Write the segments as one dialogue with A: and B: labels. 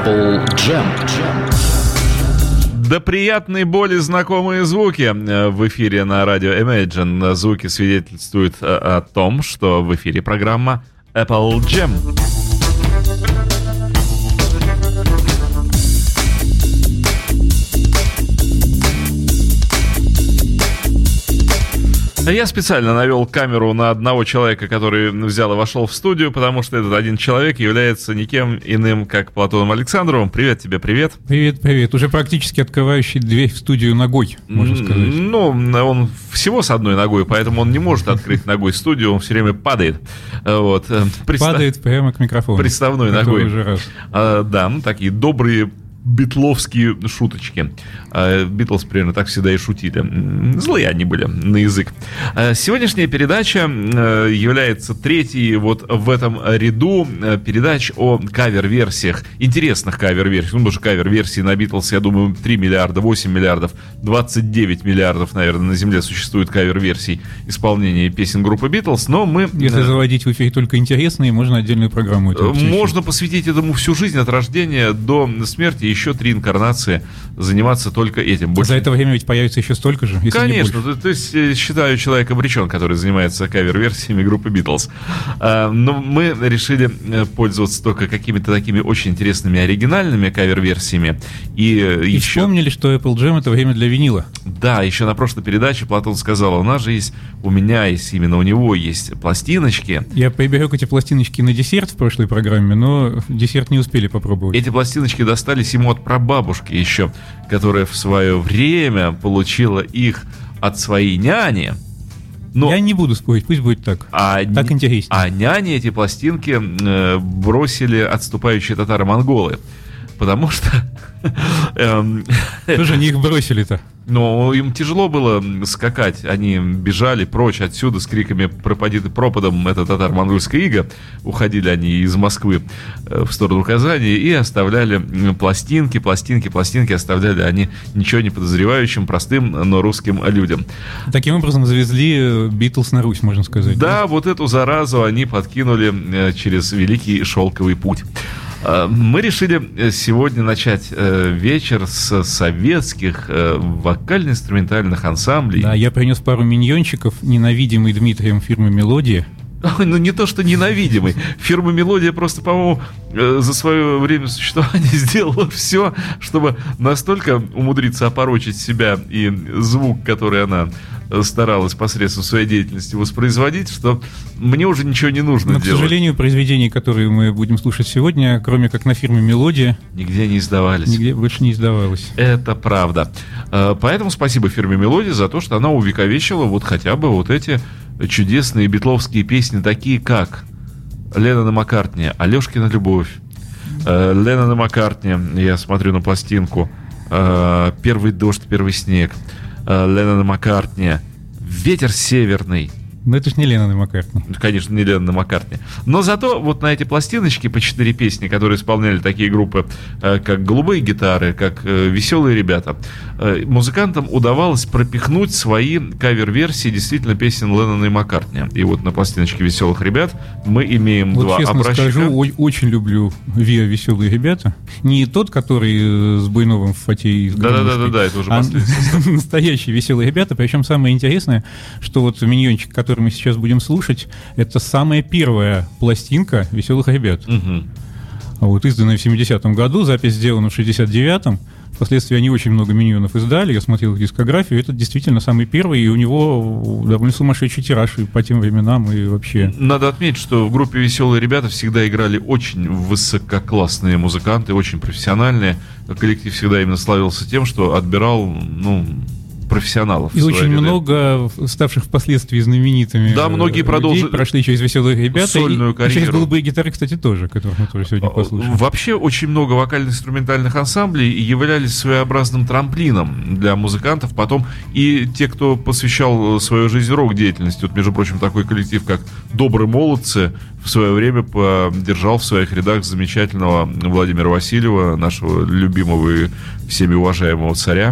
A: Apple Jam.
B: До приятной боли знакомые звуки в эфире на радио Imagine. Звуки свидетельствуют о том, что в эфире программа Apple Jam. Я специально навел камеру на одного человека, который взял и вошел в студию, потому что этот один человек является никем иным, как Платоном Александровым. Привет тебе, привет.
C: Привет. Уже практически открывающий дверь в студию ногой, можно сказать.
B: Ну, он всего с одной ногой, поэтому он не может открыть ногой студию, он все время падает. Вот.
C: Падает прямо к микрофону.
B: Приставной ногой.
C: Уже раз.
B: Да, такие добрые битловские шуточки. Битлз примерно так всегда и шутили. Злые они были на язык. Сегодняшняя передача является третьей вот в этом ряду передач о кавер-версиях, интересных кавер-версиях. Ну, потому что кавер-версии на Битлз, я думаю, 3 миллиарда, 8 миллиардов, 29 миллиардов, наверное, на Земле существует кавер-версий исполнения песен группы Битлз, но мы...
C: Если заводить в эфире только интересные, можно отдельную программу.
B: Можно посвятить этому всю жизнь от рождения до смерти, еще 3 инкарнации заниматься только этим.
C: За это время ведь появится еще столько же, если
B: конечно,
C: не больше.
B: То есть считаю, человек обречен, который занимается кавер-версиями группы Битлз. Но мы решили пользоваться только какими-то такими очень интересными оригинальными кавер-версиями. И
C: вспомнили, что Apple Jam — это время для винила.
B: Да, еще на прошлой передаче Платон сказал, у меня есть, именно у него есть пластиночки.
C: Я приберег эти пластиночки на десерт в прошлой программе, но десерт не успели попробовать.
B: Эти пластиночки достались ему от прабабушки еще, которая в свое время получила их от своей няни. Но... Я
C: не буду спорить, пусть будет так. Так интереснее.
B: А няне эти пластинки бросили отступающие татаро-монголы. Потому что...
C: Что же они их бросили-то?
B: Ну, им тяжело было скакать. Они бежали прочь отсюда с криками «Пропади ты пропадом!» Это татаро-монгольская ига. Уходили они из Москвы в сторону Казани и оставляли пластинки. Оставляли они ничего не подозревающим, простым, но русским людям.
C: Таким образом завезли Битлз на Русь, можно сказать.
B: Да, вот эту заразу они подкинули через Великий Шелковый путь. Мы решили сегодня начать вечер с советских вокально-инструментальных ансамблей.
C: Да, я принес пару миньончиков, ненавидимый Дмитрием фирмы «Мелодия».
B: Ну, не то, что ненавидимый. Фирма «Мелодия» просто, по-моему, за свое время существования сделала все, чтобы настолько умудриться опорочить себя и звук, который она старалась посредством своей деятельности воспроизводить, что мне уже ничего не нужно делать.
C: Но, к сожалению, произведения, которые мы будем слушать сегодня, кроме как на фирме «Мелодия»,
B: нигде не издавались.
C: Нигде больше не издавалось.
B: Это правда. Поэтому спасибо фирме «Мелодия» за то, что она увековечила вот хотя бы вот эти чудесные битловские песни, такие как Леннон и Маккартни, «Алешкина любовь», Леннон и Маккартни, я смотрю на пластинку, «Первый дождь, первый снег», Леннон и Маккартни, «Ветер северный».
C: Но это ж не Леннон и Маккартни.
B: Конечно, не Леннон и Маккартни. Но зато вот на эти пластиночки по 4 песни, которые исполняли такие группы, как «Голубые гитары», как «Веселые ребята», музыкантам удавалось пропихнуть свои кавер-версии действительно песен Леннона и Маккартни. И вот на пластиночке «Веселых ребят» мы имеем
C: вот
B: 2
C: честно
B: образчика.
C: Скажу, очень люблю ВИА «Веселые ребята». Не тот, который с Буйновым в фате и с Громовской,
B: Да, это уже последний состав.
C: Настоящие «Веселые ребята». Причем самое интересное, что вот миньончик, который мы сейчас будем слушать, это самая первая пластинка «Веселых ребят». Вот, изданная в 70-м году, запись сделана в 69-м. Впоследствии они очень много миньонов издали, я смотрел их дискографию, это действительно самый первый, и у него довольно сумасшедший тираж и по тем временам, и вообще.
B: Надо отметить, что в группе «Веселые ребята» всегда играли очень высококлассные музыканты, очень профессиональные. Коллектив всегда именно славился тем, что отбирал, профессионалов.
C: И очень много ставших впоследствии знаменитыми.
B: Да, многие продолжили.
C: Прошли через «Веселых ребят».
B: Сольную карьеру.
C: Через «Голубые гитары», кстати, тоже, которых мы тоже сегодня послушаем.
B: Вообще очень много вокально-инструментальных ансамблей являлись своеобразным трамплином для музыкантов. Потом и те, кто посвящал свою жизнь рок-деятельности. Вот, между прочим, такой коллектив, как «Добрые молодцы», в свое время поддержал в своих рядах замечательного Владимира Васильева, нашего любимого и всеми уважаемого царя.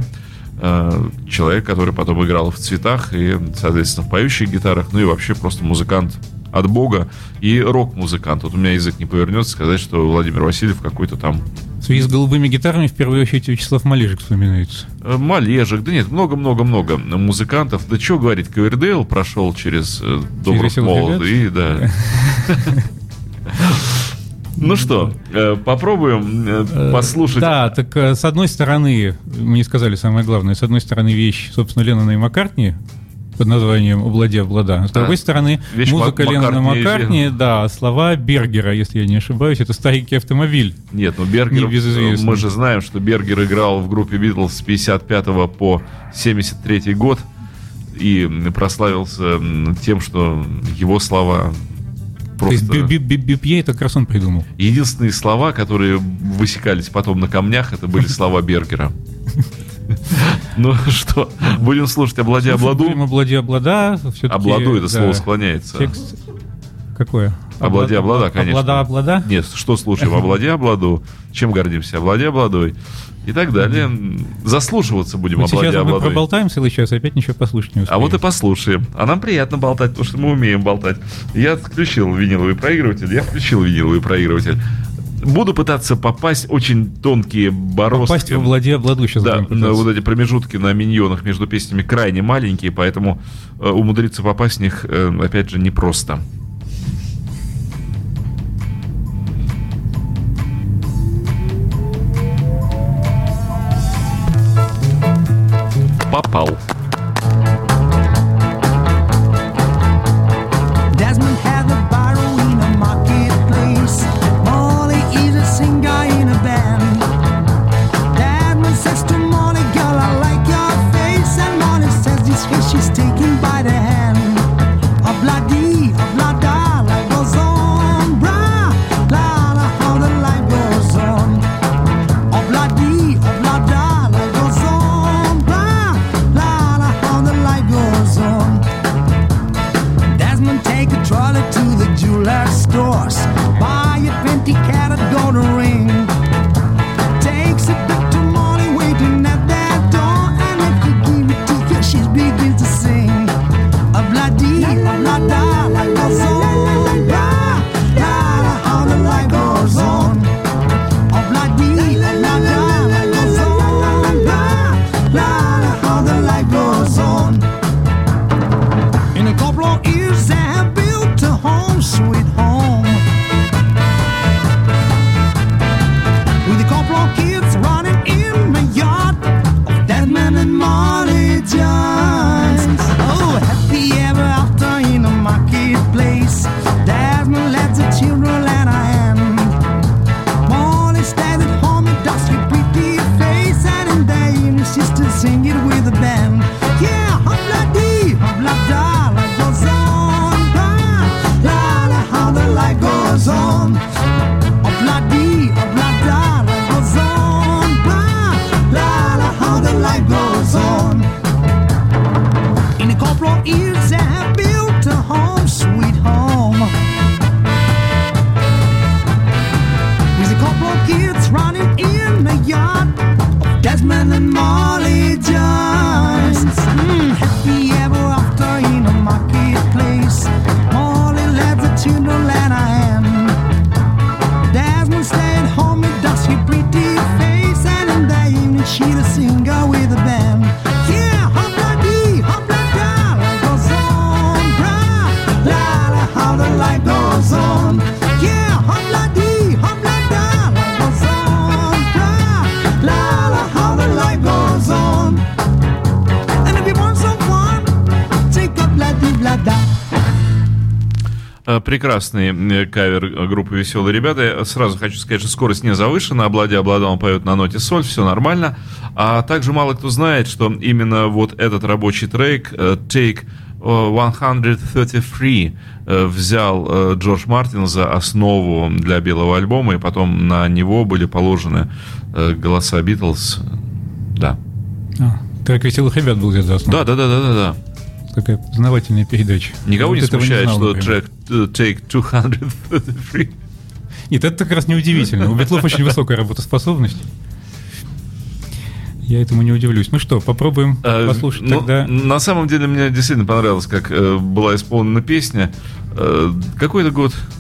B: Человек, который потом играл в «Цветах» и, соответственно, в поющих гитарах, ну и вообще просто музыкант от бога и рок-музыкант. Вот у меня язык не повернется сказать, что Владимир Васильев какой-то там
C: В связи с голубыми гитарами в первую очередь Вячеслав Малежик вспоминается.
B: Малежик, да нет, много-много-много музыкантов. Да что говорить, Ковердейл прошел через добрых молод, и да. Ну что, попробуем послушать.
C: Да, так с одной стороны, мне сказали самое главное, с одной стороны вещь, собственно, Леннона и Маккартни под названием «Облади, облада». А с другой стороны, музыка Леннона и Маккартни, да, слова Бергера, если я не ошибаюсь, это «Старенький автомобиль».
B: Нет, ну Бергер, мы же знаем, что Бергер играл в группе Битлз с 55 по 73 год и прославился тем, что его слова... Просто...
C: То есть BPA это как раз он придумал.
B: Единственные слова, которые высекались потом на камнях, это были слова Бергера. Ну что, будем слушать «Облади, обладу».
C: Будем «Облади, облада».
B: «Обладу» это слово склоняется.
C: Текст какое?
B: «Облади, облада», конечно.
C: «Облада, облада»?
B: Нет, что слушаем? «Облади, обладу». Чем гордимся? «Облади, обладой». И так далее. Заслушиваться будем «Облади, обладой».
C: Сейчас мы проболтаем целый час, опять ничего послушать не успеем.
B: А вот и послушаем. А нам приятно болтать, потому что мы умеем болтать. Я включил виниловый проигрыватель. Буду пытаться попасть очень тонкие бороздки.
C: Попасть в «Облади, обладу» сейчас.
B: Да, вот эти промежутки на миньонах между песнями крайне маленькие, поэтому умудриться попасть в них, опять же, непросто. Попал. Прекрасный кавер группы «Веселые ребята». Сразу хочу сказать, что скорость не завышена. «Облади, облада» он поет на ноте соль, все нормально. А также мало кто знает, что именно вот этот рабочий трек «Take 133» взял Джордж Мартин за основу для белого альбома, и потом на него были положены голоса Битлз. Да.
C: Трек «Веселых ребят» был где-то за основу.
B: Да.
C: Такая познавательная передача.
B: Никого не смущает, что трек «Take 233»?
C: Нет, это как раз неудивительно. У Битлов очень высокая работоспособность. Я этому не удивлюсь. Ну что, попробуем послушать тогда.
B: На самом деле мне действительно понравилось, как была исполнена песня. Какой это год?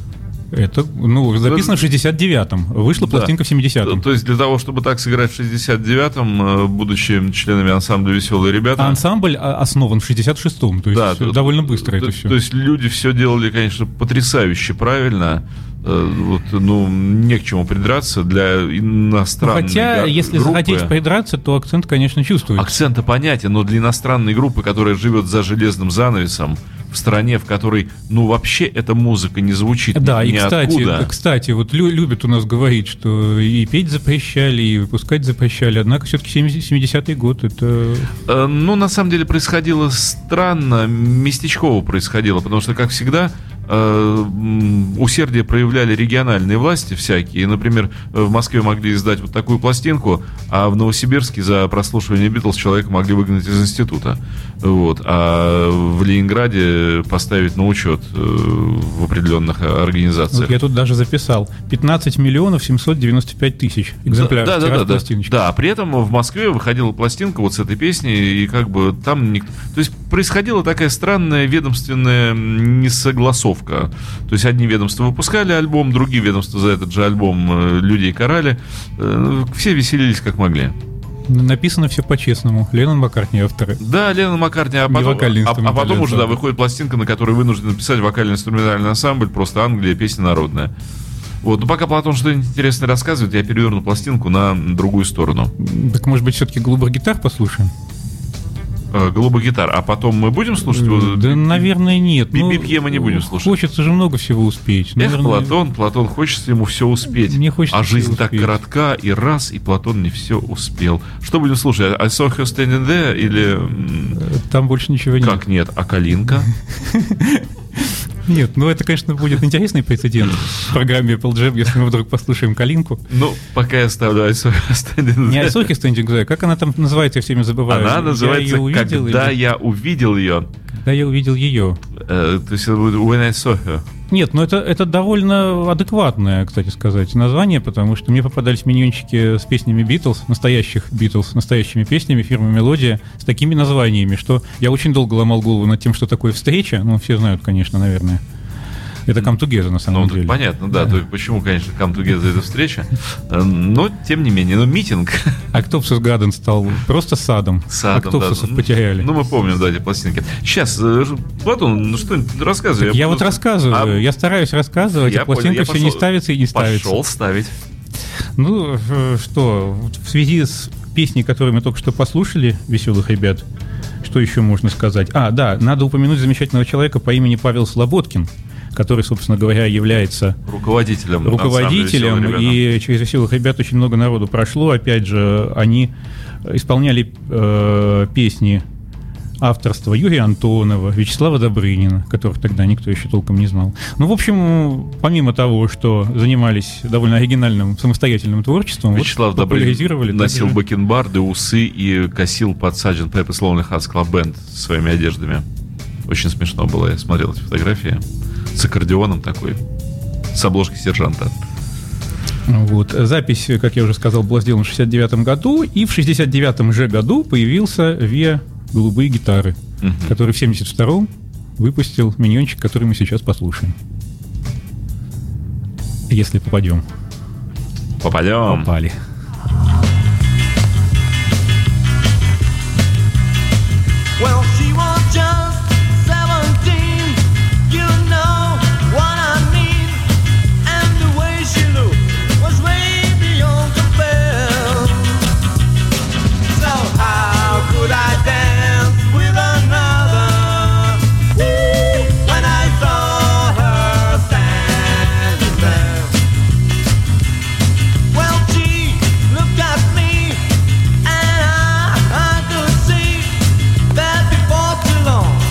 C: Это, записано в 69-м. Вышла пластинка в 70-м.
B: То есть для того, чтобы так сыграть в 69-м, будучи членами ансамбля «Веселые ребята».
C: А ансамбль основан в 66-м, то есть довольно быстро это все.
B: То есть люди все делали, конечно, потрясающе правильно. Не к чему придраться для иностранной группы.
C: Хотя, если захотеть придраться, то акцент, конечно, чувствуется.
B: Акцент понятен, но для иностранной группы, которая живет за железным занавесом, в стране, в которой, вообще эта музыка не звучит ниоткуда.
C: Кстати, вот любят у нас говорить, что и петь запрещали, и выпускать запрещали, однако все-таки 70-й год это...
B: На самом деле происходило странно, местечково происходило, потому что, как всегда, усердие проявляли региональные власти всякие. И, например, в Москве могли издать вот такую пластинку, а в Новосибирске за прослушивание Битлз человека могли выгнать из института. А в Ленинграде поставить на учет в определенных организациях.
C: Вот я тут даже записал 15 миллионов 795 тысяч экземпляров пластиночки.
B: Да, а при этом в Москве выходила пластинка вот с этой песней, и как бы там... То есть происходила такая странная ведомственная несогласовка. То есть одни ведомства выпускали альбом, другие ведомства за этот же альбом людей карали. Все веселились как могли.
C: Написано все по-честному. Леннон, Маккартни авторы.
B: Да, Леннон, Маккартни, а потом уже выходит пластинка, на которой вынужден написать вокально-инструментальный ансамбль, просто Англия, песня народная. Но пока Платон что-нибудь интересное рассказывает, я переверну пластинку на другую сторону.
C: Так, может быть, все-таки «Голубых гитар» послушаем?
B: «Голубых гитар». А потом мы будем слушать его?
C: Да, наверное, нет.
B: Пипье мы не будем слушать.
C: Хочется же много всего успеть.
B: Платон, хочется ему все успеть.
C: Мне хочется
B: жизнь так коротка, и Платон не все успел. Что будем слушать? I saw her standing there или...
C: Там больше ничего нет.
B: Как нет? А «Калинка»?
C: Нет, это, конечно, будет интересный прецедент в программе Apple Jam, если мы вдруг послушаем «Калинку».
B: Пока я ставлю I saw her standing there.
C: Не I saw her standing there, как она там называется, я все время забываю.
B: Она называется «Когда я увидел ее».
C: Когда я увидел ее.
B: То есть это будет «When I saw her».
C: Нет, это довольно адекватное, кстати сказать, название, потому что мне попадались миньончики с песнями Битлз, настоящими песнями фирмы «Мелодия», с такими названиями, что я очень долго ломал голову над тем, что такое встреча. Все знают, конечно, наверное. Это Come Together, на самом деле.
B: Понятно, да. То есть, почему, конечно, Come Together — это встреча. Но, тем не менее, митинг.
C: Octopus Garden стал просто садом. Octopus'ов потеряли.
B: Мы помним, эти пластинки. Сейчас, Платон, что-нибудь рассказывай.
C: Я рассказываю. Я стараюсь рассказывать, а пластинка все не ставится и не ставится.
B: Пошел ставить.
C: Что, в связи с песней, которую мы только что послушали, «Веселых ребят», что еще можно сказать? Да, надо упомянуть замечательного человека по имени Павел Слободкин, который, собственно говоря, является руководителем, и через «Веселых ребят» очень много народу прошло. Опять же, они исполняли песни авторства Юрия Антонова, Вячеслава Добрынина, которых тогда никто еще толком не знал. В общем, помимо того, что занимались довольно оригинальным самостоятельным творчеством,
B: Вячеслав Добрынин носил бакенбарды, усы и косил под Sgt. Pepper's Lonely Hearts Club Band своими одеждами. Очень смешно было, я смотрел эти фотографии. С аккордеоном такой, с обложки сержанта.
C: Запись, как я уже сказал, была сделана в 69-м году, и в 69-м же году появился ВИА «Голубые гитары», который в 72-м выпустил миньончик, который мы сейчас послушаем. Если попадем. Попали.
A: Well, she was just 17, you know what I mean, and the way she looked was way beyond compare. So how could I dance with another when I saw her standing there? Well, she looked at me and I could see that before too long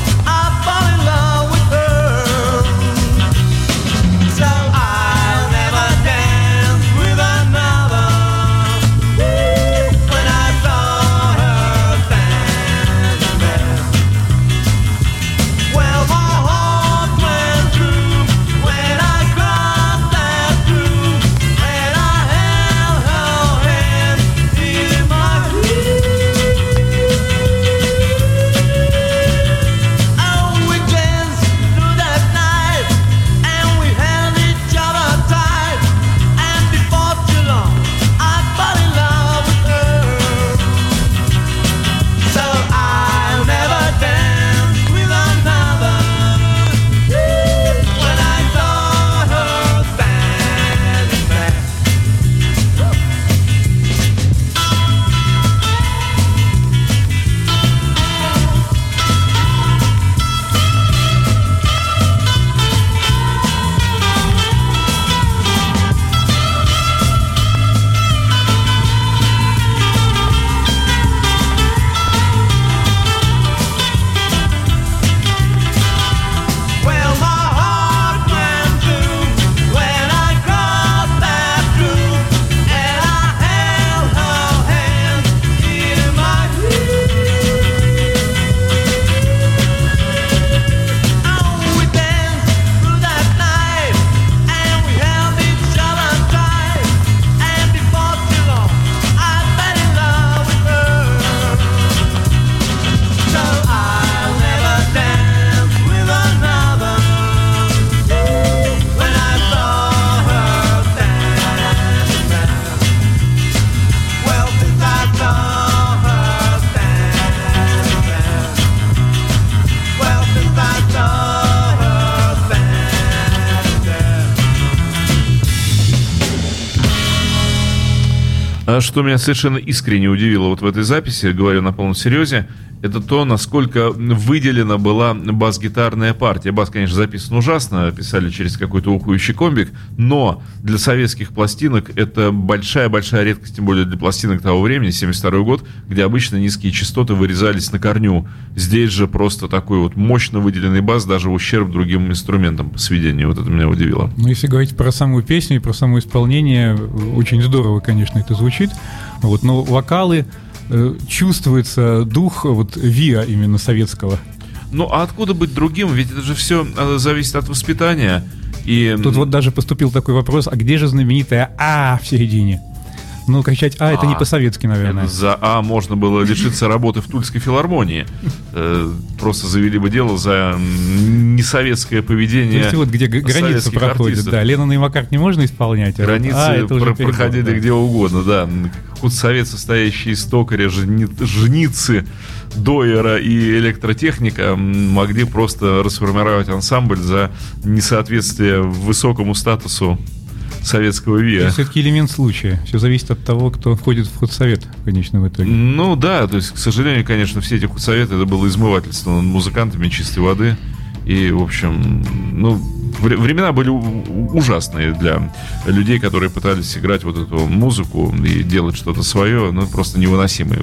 B: А что меня совершенно искренне удивило вот в этой записи, говорю на полном серьезе, это то, насколько выделена была бас-гитарная партия. Бас, конечно, записан ужасно, писали через какой-то ухующий комбик, но для советских пластинок это большая-большая редкость, тем более для пластинок того времени, 72 год, где обычно низкие частоты вырезались на корню. Здесь же просто такой вот мощно выделенный бас, даже в ущерб другим инструментам по сведению. Вот это меня удивило.
C: Ну, если говорить про самую песню и про само исполнение, очень здорово, конечно, это звучит. Вот, но вокалы... чувствуется дух вот ВИА именно советского.
B: Ну, а откуда быть другим? Ведь это же все зависит от воспитания. И...
C: Тут вот даже поступил такой вопрос, а где же знаменитая «А» в середине? Ну, кричать «А» это не по-советски, наверное.
B: За «А» можно было лишиться работы в Тульской филармонии. Просто завели бы дело за несоветское поведение.
C: То есть вот где граница проходит,
B: артистов.
C: Да. Леннона и Маккартни можно исполнять?
B: Границы проходили где угодно, да. Худсовет, состоящий из токаря, жницы, дойера и электротехника, могли просто расформировать ансамбль за несоответствие высокому статусу советского ВИА.
C: Это все-таки элемент случая. Все зависит от того, кто входит в худсовет в конечном итоге.
B: Ну да, то есть, к сожалению, конечно, все эти худсоветы, это было измывательство над музыкантами чистой воды. И, в общем, ну, времена были ужасные для людей, которые пытались играть вот эту музыку и делать что-то свое, ну, просто невыносимые.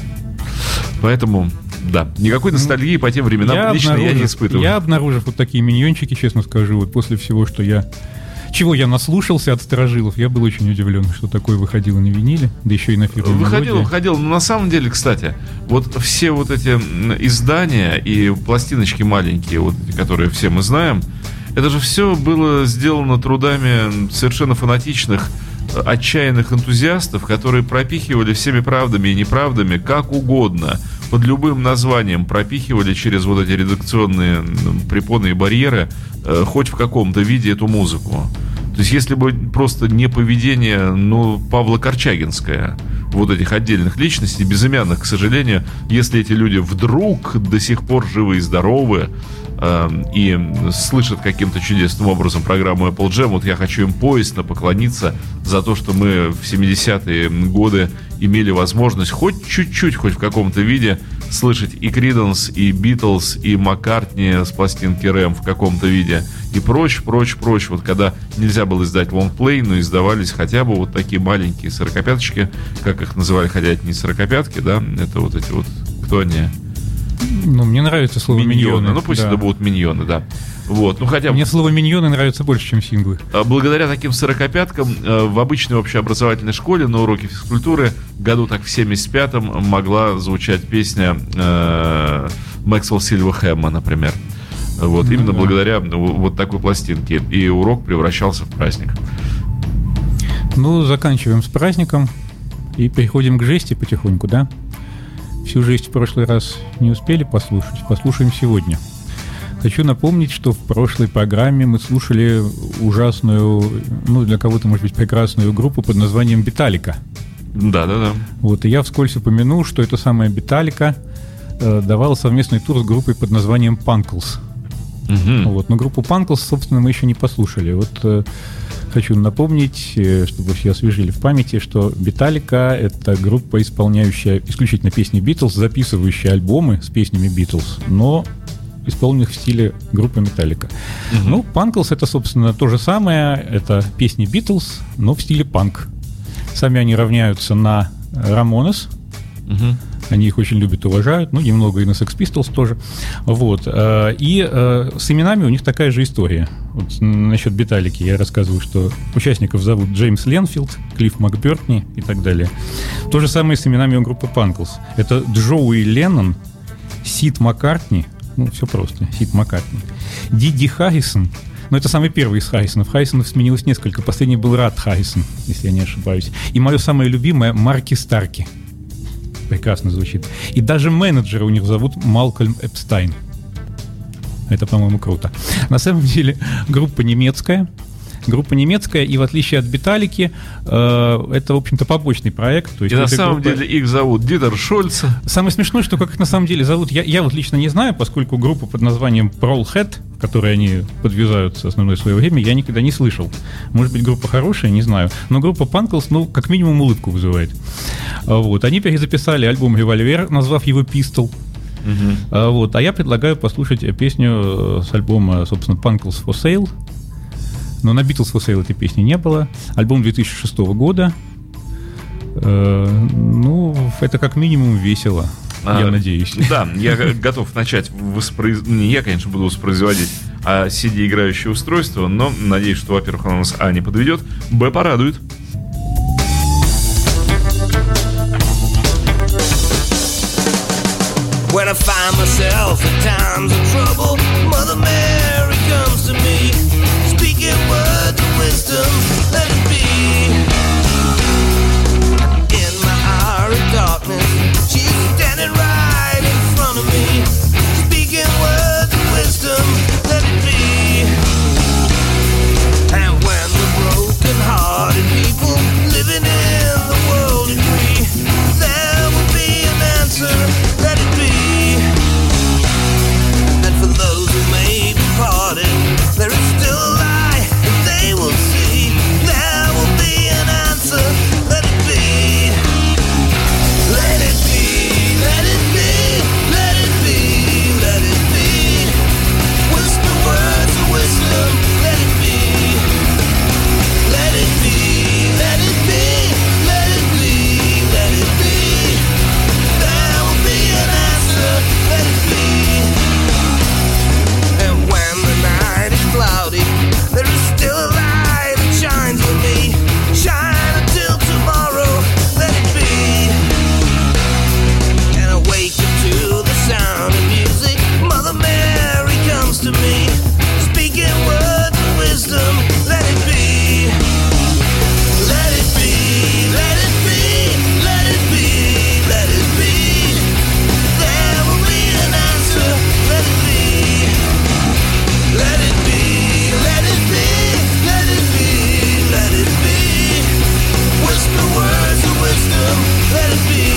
B: Поэтому, да, никакой ностальгии по тем временам лично я не испытываю.
C: Я, обнаружив вот такие миньончики, честно скажу, вот после всего, чего я наслушался от старожилов, я был очень удивлен, что такое выходило на виниле, да еще и на фирме.
B: Выходило, но на самом деле, кстати, вот все вот эти издания и пластиночки маленькие, вот, которые все мы знаем, это же все было сделано трудами совершенно фанатичных, отчаянных энтузиастов, которые пропихивали всеми правдами и неправдами как угодно, под любым названием пропихивали через вот эти редакционные препоны и барьеры хоть в каком-то виде эту музыку. То есть если бы просто не поведение, Павла Корчагинское, вот этих отдельных личностей, безымянных, к сожалению, если эти люди вдруг до сих пор живы и здоровы, и слышат каким-то чудесным образом программу Apple Jam, вот я хочу им поясно поклониться за то, что мы в 70-е годы имели возможность хоть чуть-чуть, хоть в каком-то виде слышать и Creedence, и Beatles, и Маккартни с пластинки Рэм в каком-то виде, и прочь. Вот когда нельзя было издать лонгплей, но издавались хотя бы вот такие маленькие 45-очки, как их называли, хотя это не 45-ки, да, это вот эти вот, кто они?
C: Ну, мне нравится слово «миньоны».
B: Ну, пусть это будут миньоны, да. Вот, хотя...
C: Мне слово «миньоны» нравится больше, чем синглы.
B: Благодаря таким 45-кам в обычной общеобразовательной школе на уроке физкультуры году так в 75-м могла звучать песня Максвелл Сильва Хэмма, например. Вот, именно благодаря вот такой пластинке. И урок превращался в праздник.
C: Ну, заканчиваем с праздником и переходим к жести потихоньку, да? Всю жесть в прошлый раз не успели послушать. Послушаем сегодня. Хочу напомнить, что в прошлой программе мы слушали ужасную, для кого-то, может быть, прекрасную группу под названием «Биталика».
B: Да.
C: Вот, и я вскользь упомянул, что эта самая «Биталика» давала совместный тур с группой под названием «Панклс». Угу. Вот, но группу «Панклс», собственно, мы еще не послушали. Вот хочу напомнить, чтобы все освежили в памяти, что «Биталика» — это группа, исполняющая исключительно песни «Битлз», записывающая альбомы с песнями «Битлз», но исполненных в стиле группы «Металлика». Ну, «Панклс» — это, собственно, то же самое. Это песни «Битлз», но в стиле панк. Сами они равняются на «Рамонес». Они их очень любят и уважают. Немного и на Sex Pistols тоже. Вот. И с именами у них такая же история. Вот насчет «Биталики» я рассказываю, что участников зовут Джеймс Ленфилд, Клифф Макбертни и так далее. То же самое с именами у группы «Панклс». Это Джоуи Леннон, Сид Маккартни, все просто, Сид Маккартни, Диди Харрисон. Это самый первый из Харрисонов. Харрисонов сменилось несколько. Последний был Рад Харрисон, если я не ошибаюсь. И мое самое любимое — Марки Старки. Прекрасно звучит. И даже менеджера у них зовут Малкольм Эпстайн. Это, по-моему, круто. На самом деле, группа немецкая. Группа немецкая, и в отличие от Металлики, это, в общем-то, побочный проект. То есть
B: И на самом
C: группа...
B: деле их зовут Дитер Шольц.
C: Самое смешное, что как их на самом деле зовут, я вот лично не знаю, поскольку группа под названием Pearlhead, в которой они подвязаются основное свое время, я никогда не слышал. Может быть, группа хорошая, не знаю. Но группа Punkles, ну, как минимум, улыбку вызывает. Вот. Они перезаписали альбом «Револьвер», назвав его «Pistol». Вот. А я предлагаю послушать песню с альбома, собственно, Punkles for Sale. Но на Beatles for Sale этой песни не было. Альбом 2006 года. Ну, это как минимум весело, я надеюсь.
B: Да, я готов начать не я, конечно, буду воспроизводить, а CD-играющее устройство, но надеюсь, что, во-первых, оно нас не подведет, порадует.
A: When I find myself in times of trouble, Mother Mary comes to me, speaking words of wisdom, let it be. In my hour of darkness, she's standing right in front of me, speaking words of wisdom, let it be. And when the broken-hearted people living in the world agree, there will be an answer, let it be. And for those who may be parted, there is still a light that they will see. There will be an answer, let it be. Let it be, let it be, let it be, let it be. Whisper words of wisdom, let it be. Let it be, let it be, let it be, let it be. There will be an answer, let it be. And when the night is cloudy, there is still a light that shines for me. Shine until tomorrow, let it be. And I wake up to the sound of music. Mother Mary comes to me, speaking words of wisdom, let it be. Let it be, let it be, let it be, let it be. There will be an answer, let it be. Let it be, let it be, let it be, let it be. Whisper words of wisdom, let it be.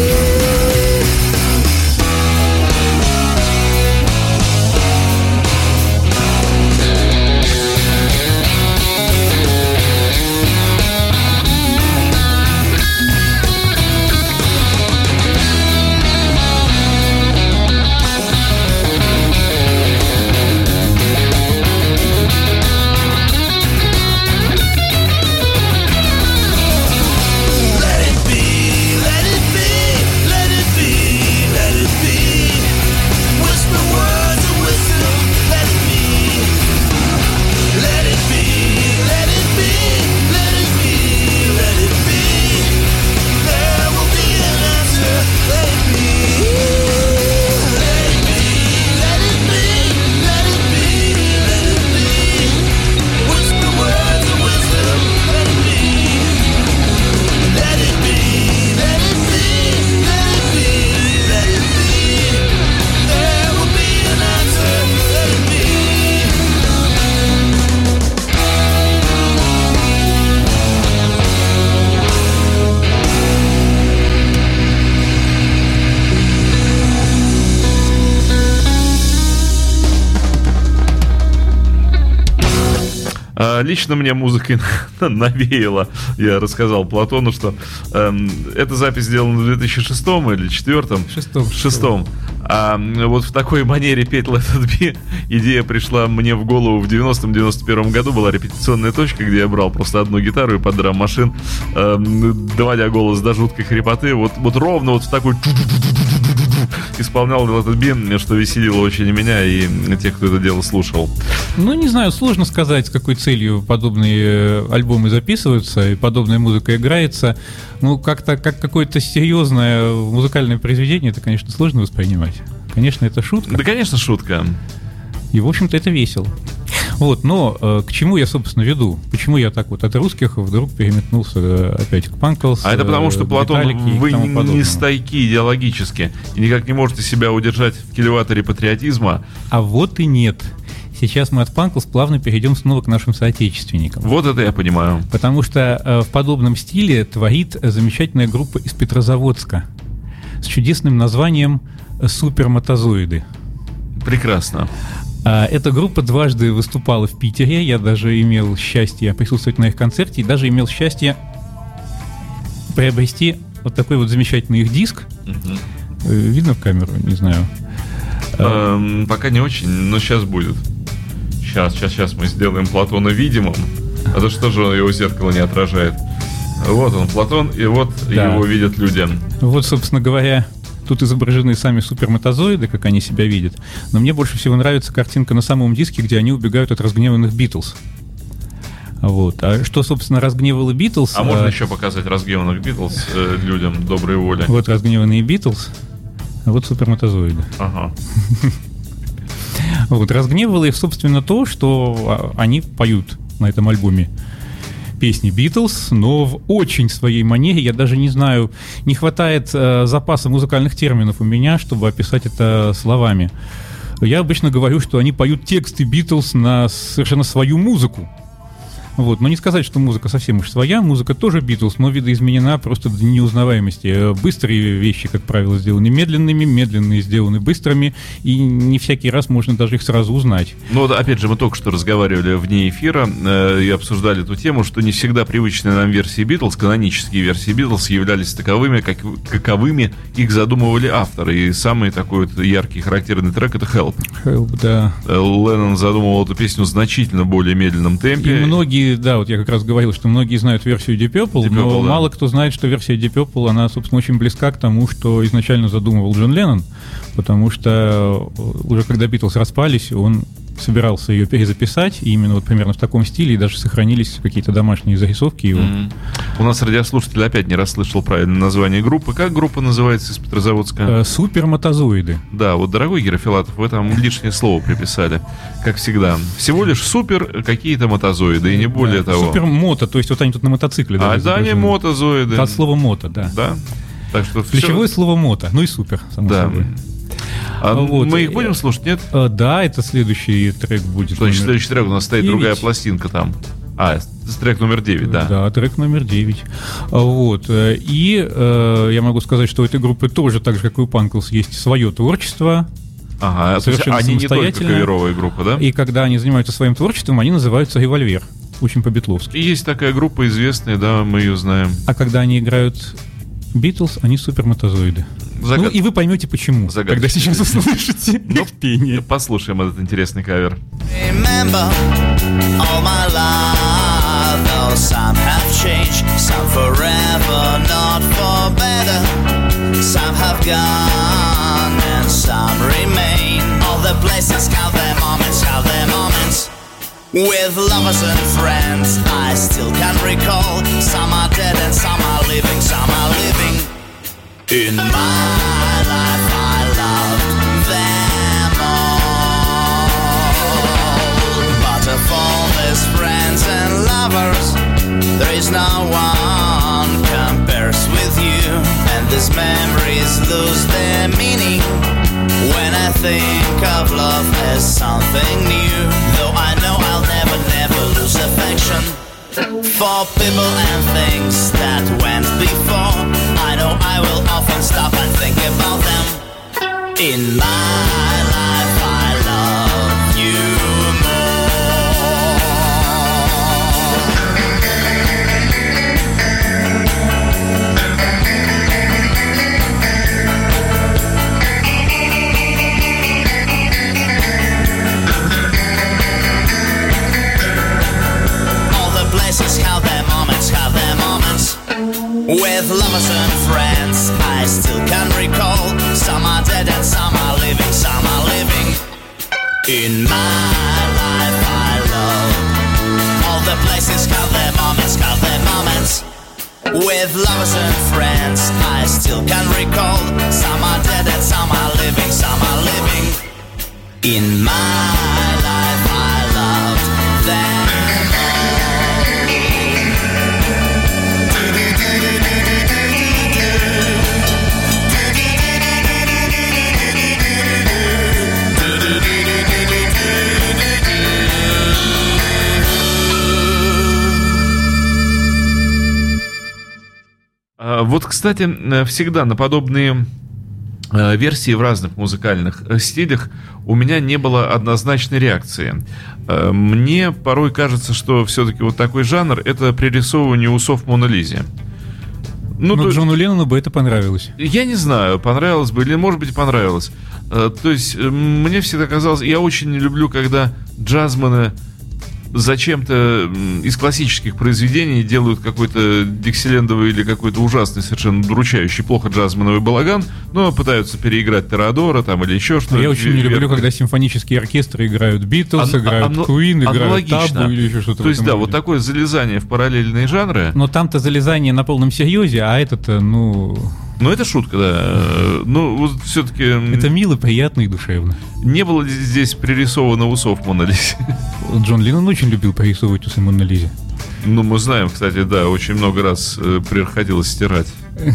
A: Let it be, let it be, let it be, let it be. Whisper words of wisdom, let it be. Let it be, let it be, let it be, let it be. There will be an answer, let it be. Let it be, let it be, let it be, let it be. Whisper words of wisdom, let it be. Let it be, let it be, let it be, let it be. There will be an answer, let it be.
B: Лично мне музыкой навеяло. Я рассказал Платону, что эта запись сделана в 2006 или 2004. Шестом. А вот в такой манере петь Let It Be идея пришла мне в голову в 90-91 году. Была репетиционная точка, где я брал просто одну гитару и под драм-машин, доводя голос до жуткой хрипоты, вот ровно вот в такой исполнял Let It Be, что веселило очень меня и тех, кто это дело слушал.
C: Ну, не знаю, сложно сказать, с какой целью подобные альбомы записываются и подобная музыка играется. Ну, как-то как какое-то серьезное музыкальное произведение, это, конечно, сложно воспринимать. Конечно, это шутка.
B: Да, конечно, шутка.
C: И, в общем-то, это весело. Вот, но к чему я, собственно, веду? Почему я так вот от русских вдруг переметнулся опять к Punkles?
B: А это потому, что, Платон, вы не стойки идеологически и никак не можете себя удержать в кильваторе патриотизма.
C: А вот и нет. сейчас мы от панков плавно перейдем снова к нашим соотечественникам.
B: Вот это я понимаю.
C: Потому что в подобном стиле творит замечательная группа из Петрозаводска с чудесным названием «Супермотозоиды».
B: Прекрасно.
C: Эта группа дважды выступала в Питере. Я даже имел счастье присутствовать на их концерте и даже имел счастье приобрести вот такой вот замечательный их диск. Видно в камеру? Не знаю.
B: Пока не очень, но сейчас будет. Сейчас мы сделаем Платона видимым. А то что же его зеркало не отражает? Вот он, Платон, и вот его видят люди.
C: Вот, собственно говоря, тут изображены сами супермотозоиды, как они себя видят. Но мне больше всего нравится картинка на самом диске, где они убегают от разгневанных Битлз. Вот. А что, собственно, разгневало Битлз?
B: А можно еще показать разгневанных Битлз людям доброй воли?
C: Вот разгневанные Битлз, а вот супермотозоиды.
B: Ага.
C: Вот, разгневало их, собственно, то, что они поют на этом альбоме песни Битлз, но в очень своей манере. Я даже не знаю, не хватает запаса музыкальных терминов у меня, чтобы описать это словами. Я обычно говорю, что они поют тексты Битлз на совершенно свою музыку. Вот. Но не сказать, что музыка совсем уж своя, музыка тоже Битлз, но видоизменена просто до неузнаваемости. Быстрые вещи, как правило, сделаны медленными, медленные сделаны быстрыми, и не всякий раз можно даже их сразу узнать.
B: Ну вот, опять же, мы только что разговаривали вне эфира и обсуждали эту тему, что не всегда привычные нам версии Битлз, канонические версии Битлз, являлись таковыми, каковыми их задумывали авторы. И самый такой вот яркий, характерный трек — это «Help».
C: «Help», да.
B: Леннон задумывал эту песню в значительно более медленном темпе.
C: И многие, да, вот я как раз говорил, что многие знают версию Deep Purple, но
B: да.
C: мало кто знает, что версия Deep Purple, она, собственно, очень близка к тому, что изначально задумывал Джон Леннон, потому что уже когда Битлз распались, он собирался ее перезаписать, и именно вот примерно в таком стиле, и даже сохранились какие-то домашние зарисовки его.
B: У нас радиослушатель опять не расслышал правильное название группы. Как группа называется из Петрозаводска?
C: Супермотозоиды.
B: Да, вот, дорогой Гера Филатов, вы там лишнее слово приписали, как всегда. Всего лишь супер какие-то мотозоиды, и не более того.
C: Супермото, то есть вот они тут на мотоцикле.
B: Да, не мотозоиды.
C: От слова мото, да.
B: Да. Так что
C: ключевое слово мото, ну и супер, само собой.
B: Вот. Мы их будем слушать, нет?
C: Да, это следующий трек будет.
B: Значит, следующий трек у нас стоит 9. Другая пластинка там. Трек номер 9, да.
C: Да, трек номер 9. Вот. И я могу сказать, что у этой группы тоже, так же, как и у Панклс, есть свое творчество.
B: Ага, совершенно они не только каверовая группа, да?
C: И когда они занимаются своим творчеством, они называются «Револьвер». Очень по-битловски.
B: И есть такая группа известная, да, мы ее знаем.
C: А когда они играют Битлз, они супермотозоиды. Ну и вы поймете почему, когда сейчас услышите их пение.
B: Послушаем этот интересный кавер.
D: Remember all my life, though some have changed, some forever, not for better. Some have gone and some remain. All the places count their moments, count their moments. With lovers and friends, I still can recall. Some are dead and some are living, some are living. In my life I loved them all. But of all these friends and lovers, there is no one compares with you. And these memories lose their meaning when I think of love as something new. Though I know I'll never, never lose affection for people and things that went before. I know I will often stop and think about them. In my life I love you have their moments, have their moments. With lovers and friends, I still can recall. Some are dead and some are living, some are living. In my life I love all the places have their moments, have their moments. With lovers and friends, I still can recall. Some are dead and some are living, some are living. In my life I loved them all.
B: Вот, кстати, всегда на подобные версии в разных музыкальных стилях у меня не было однозначной реакции. Мне порой кажется, что все-таки вот такой жанр — это пририсовывание усов Моны Лизе.
C: Но Джону Леннону бы это понравилось.
B: Я не знаю, понравилось бы или, может быть, понравилось. То есть мне всегда казалось... Я очень не люблю, когда джазмены зачем-то из классических произведений делают какой-то диксилендовый или какой-то ужасный, совершенно удручающий, плохо джазменовый балаган, но пытаются переиграть Торадора там или еще что-то.
C: Я очень не люблю, когда симфонические оркестры играют Битлз, играют Куин, играют Табу или еще что-то.
B: То есть, да, вот такое залезание в параллельные жанры.
C: Но там-то залезание на полном серьезе, а это-то,
B: Ну, это шутка, да. Ну, вот все-таки...
C: Это мило, приятно и душевно.
B: Не было здесь пририсовано усов Моны Лизе.
C: Джон Леннон очень любил пририсовывать усы Моны Лизе.
B: Ну, мы знаем, кстати, да, очень много раз приходилось стирать.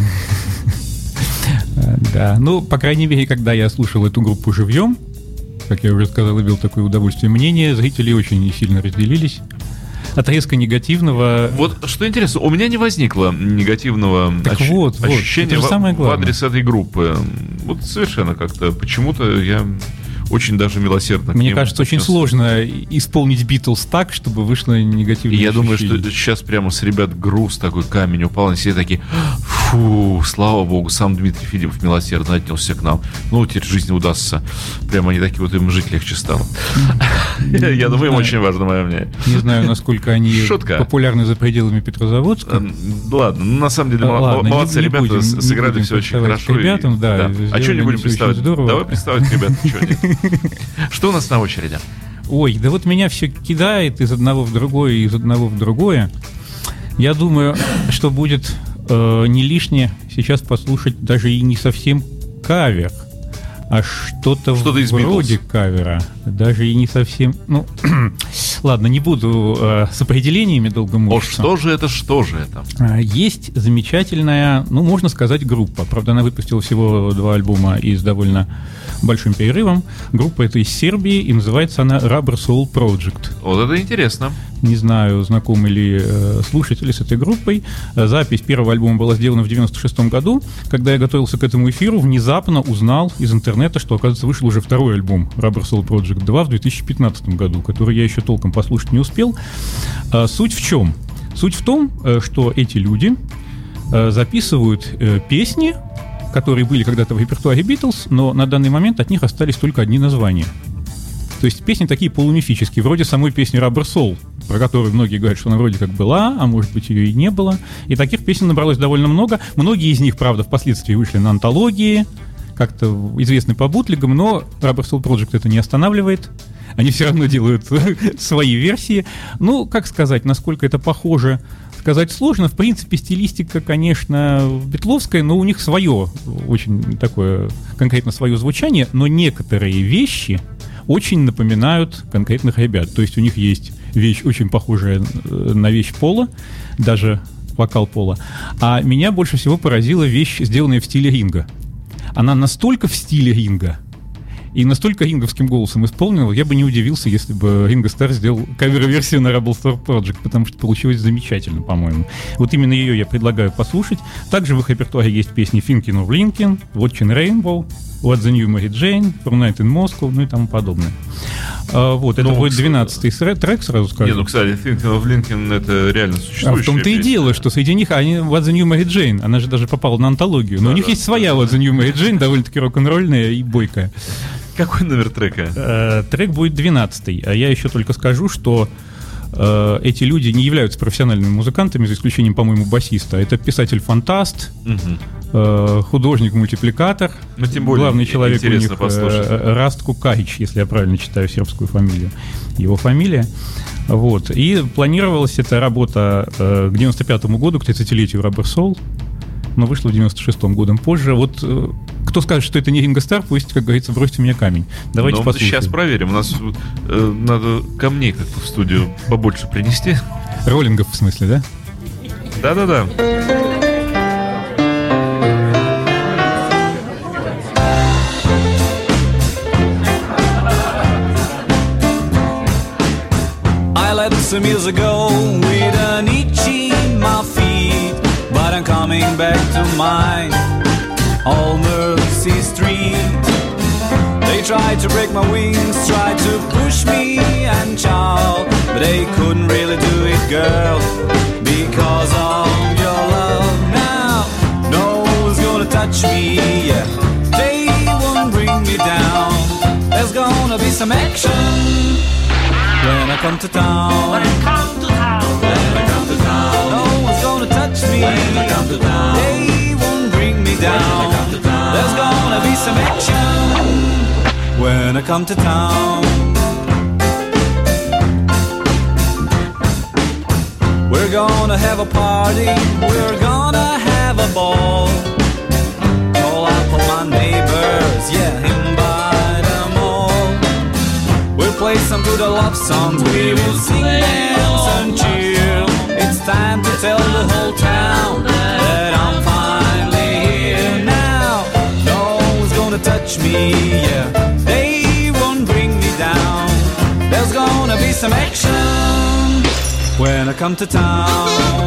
C: Да, ну, по крайней мере, когда я слушал эту группу живьем, как я уже сказал, имел такое удовольствие, мнения зрителей очень сильно разделились. От резко негативного...
B: Вот что интересно, у меня не возникло негативного ощущения в адрес этой группы. Вот совершенно как-то почему-то я очень даже милосердно.
C: Мне кажется, очень сложно исполнить Битлз так, чтобы вышло негативное ощущение.
B: Я думаю, что сейчас прямо с ребят груз, такой камень упал, и все такие: фу, слава богу, сам Дмитрий Филиппов милосердно отнесся к нам. Ну, теперь жизнь удастся. Прямо они такие вот, им жить легче стало. Я думаю, им очень важно мое мнение.
C: Не знаю, насколько они популярны за пределами Петрозаводска.
B: Ладно, на самом деле молодцы ребята, сыграли все очень хорошо.
C: Ребятам, да.
B: А что не будем представить? Давай представить ребят. Что у нас на очереди?
C: Ой, да вот меня все кидает из одного в другое, из одного в другое. Я думаю, что будет не лишнее сейчас послушать даже и не совсем кавер, а что-то вроде кавера. Даже и не совсем... Ну, ладно, не буду с определениями долго мучиться.
B: Что же это?
C: Есть замечательная, ну, можно сказать, группа. Правда, она выпустила всего 2 альбома и с довольно большим перерывом. Группа эта из Сербии, и называется она Rubber Soul Project.
B: Вот это интересно.
C: Не знаю, знакомы ли слушатели с этой группой. Запись первого альбома была сделана в 96-м году. Когда я готовился к этому эфиру, внезапно узнал из интернета, что, оказывается, вышел уже второй альбом Rubber Soul Project 2 в 2015 году, который я еще толком послушать не успел. Суть в чем? Суть в том, что эти люди записывают песни, которые были когда-то в репертуаре Битлз, но на данный момент от них остались только одни названия. То есть песни такие полумифические, вроде самой песни Rubber Soul, про которую многие говорят, что она вроде как была, а может быть ее и не было. И таких песен набралось довольно много. Многие из них, правда, впоследствии вышли на антологии, как-то известны по бутлегам, но Rubber Soul Project это не останавливает. Они все равно делают свои версии. Ну, как сказать, насколько это похоже, сказать сложно. В принципе, стилистика, конечно, битловская, но у них свое, очень такое, конкретно свое звучание, но некоторые вещи очень напоминают конкретных ребят. То есть у них есть вещь, очень похожая на вещь Пола, даже вокал Пола. А меня больше всего поразила вещь, сделанная в стиле Ринга. Она настолько в стиле Ринга и настолько ринговским голосом исполнена, я бы не удивился, если бы Ринго Старр сделал кавер-версию на Rubber Soul Project, потому что получилось замечательно, по-моему. Вот именно ее я предлагаю послушать. Также в их репертуаре есть песни Thinking of Lincoln, Watching Rainbow, What the New Mary Jane, From Night in Moscow, ну и тому подобное. Вот, это будет 12-й трек, сразу скажу.
B: Нет, ну, кстати, Thinking of Lincoln — это реально существующая
C: в том-то и дело, что среди них What the New Mary Jane, она же даже попала на антологию, но у них есть своя What the New Mary Jane, довольно-таки рок-н-ролльная и бойкая.
B: Какой номер трека?
C: Трек будет 12-й. А я еще только скажу, что эти люди не являются профессиональными музыкантами, за исключением, по-моему, басиста. Это писатель-фантаст, художник-мультипликатор.
B: Ну, тем более,
C: главный человек у них
B: Растко
C: Каич, если я правильно читаю сербскую фамилию. Его фамилия. Вот. И планировалась эта работа к 95-му году, к 30-летию Rubber Soul, но вышла в 96-м годом позже. Вот кто скажет, что это не Ринго Старр, пусть, как говорится, бросьте мне камень. Давайте послушаем.
B: Сейчас проверим. У нас надо камней как-то в студию побольше принести.
C: Роллингов, в смысле, да?
B: Да-да-да.
E: I let some years ago with an itch in my feet, but I'm coming back to mine, Old Mercy Street. They tried to break my wings, tried to push me and chow, but they couldn't really do it, girl, because of your love. Now, no one's gonna touch me, yeah. They won't bring me down. There's gonna be some action when I come to town. When I come to town. When I come to town. No one's gonna touch me when I come to town. They won't bring me down. When I come to town. There's gonna be some action when I come to town. We're gonna have a party, we're gonna have a ball. Call out for my neighbors, yeah, invite them all. We'll play some good love songs, we will sing, dance and cheer. It's time to tell the whole town that I'm finally here now. No one's gonna touch me, yeah. They won't bring me down. There's gonna be some action when I come to town.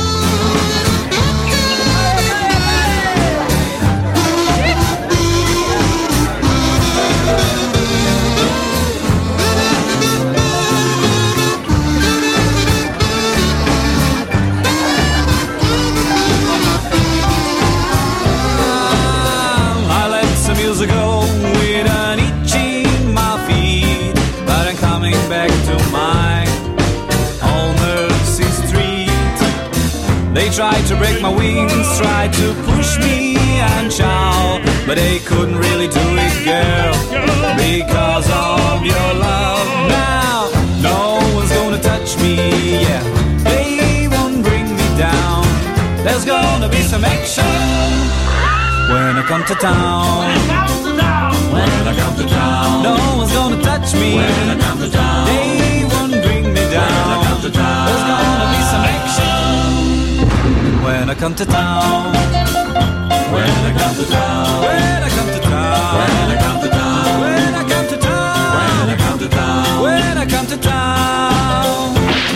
E: I let some years ago with an itch in my feet, but I'm coming back to my Old Mercy Street. They tried to break my wings, tried to push me and chow, but they couldn't really do it, girl, because of your love. Now, no one's gonna touch me, yeah. They won't bring me down. There's gonna be some action when I come to town. When I come to town. No one's gonna touch me when I come to town. They won't bring me down. When I come to town. There's gonna be some action when I come to town. When I come to town. When I come to town. When I come to town. When I come to town. When I come to town. When I come to town.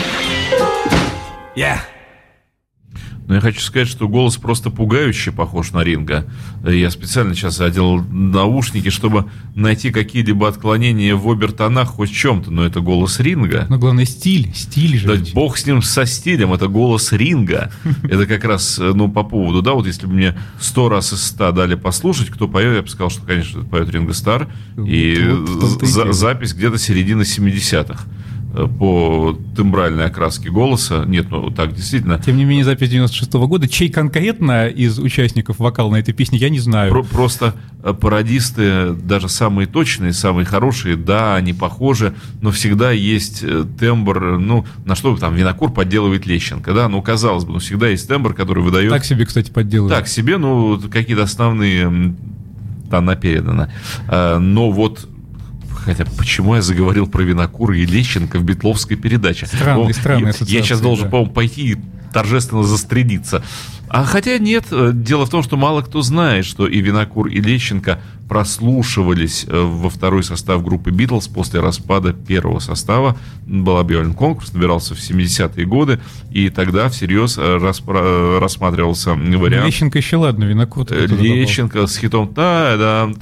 E: Yeah.
B: Но я хочу сказать, что голос просто пугающе похож на Ринга. Я специально сейчас одел наушники, чтобы найти какие-либо отклонения в обертонах хоть в чем-то, но это голос Ринга.
C: Но главное стиль же.
B: Да,
C: ведь.
B: бог с ним, со стилем, это голос Ринга. Это как раз, ну, по поводу, да, вот если бы мне 100 раз из 100 дали послушать, кто поет, я бы сказал, что, конечно, поет Ринго Старр. И запись где-то середины 70-х. По тембральной окраске голоса. Нет, ну так действительно.
C: Тем не менее, запись 96-го года. Чей конкретно из участников вокал на этой песне, я не знаю.
B: Просто пародисты, даже самые точные, самые хорошие, да, они похожи, но всегда есть тембр, ну, на что там Винокур подделывает Лещенко, да, ну, казалось бы, но всегда есть тембр, который выдает...
C: Так себе, кстати, подделывает.
B: Так себе, ну, какие-то основные, там, передано. Но вот хотя почему я заговорил про Винокура и Лещенко в битловской передаче?
C: Странная ассоциация.
B: Я сейчас должен, по-моему, пойти и торжественно застрелиться. А хотя нет, дело в том, что мало кто знает, что и Винокур, и Лещенко прослушивались во второй состав группы «Битлз» после распада первого состава. Был объявлен конкурс, набирался в 70-е годы, и тогда всерьез рассматривался вариант.
C: Лещенко еще ладно, Винокур.
B: Лещенко с хитом «Та-дам,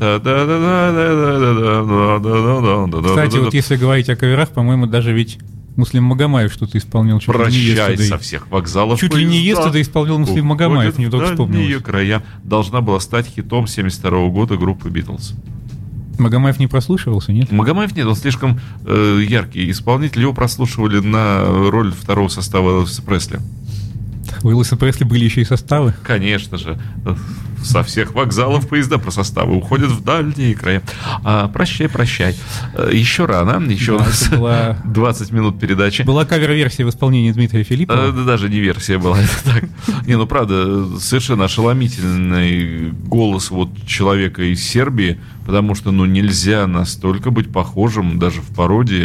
B: та-да-да-да-да-да-да-да-да-да-да».
C: Кстати, вот если говорить о каверах, по-моему, даже ведь Муслим Магомаев что-то исполнял.
B: Прощай со всех вокзалов.
C: Чуть ли не «Естедей» исполнял Муслим Магомаев, не вдруг вспомнил.
B: Ее края должна была стать хитом 72-го года группы «Битлз».
C: Магомаев не прослушивался, нет?
B: Магомаев нет, он слишком яркий исполнитель. Его прослушивали на роль второго состава Элвиса Пресли.
C: У Элвиса Пресли были еще и составы?
B: Конечно же. Со всех вокзалов поезда про составы уходят в дальние края. Прощай, прощай. Еще рано, еще у нас была... 20 минут передачи.
C: Была кавер-версия в исполнении Дмитрия Филиппова.
B: Даже не версия была, это так. Не, ну правда, совершенно ошеломительный голос вот человека из Сербии, потому что, ну, нельзя настолько быть похожим даже в пародии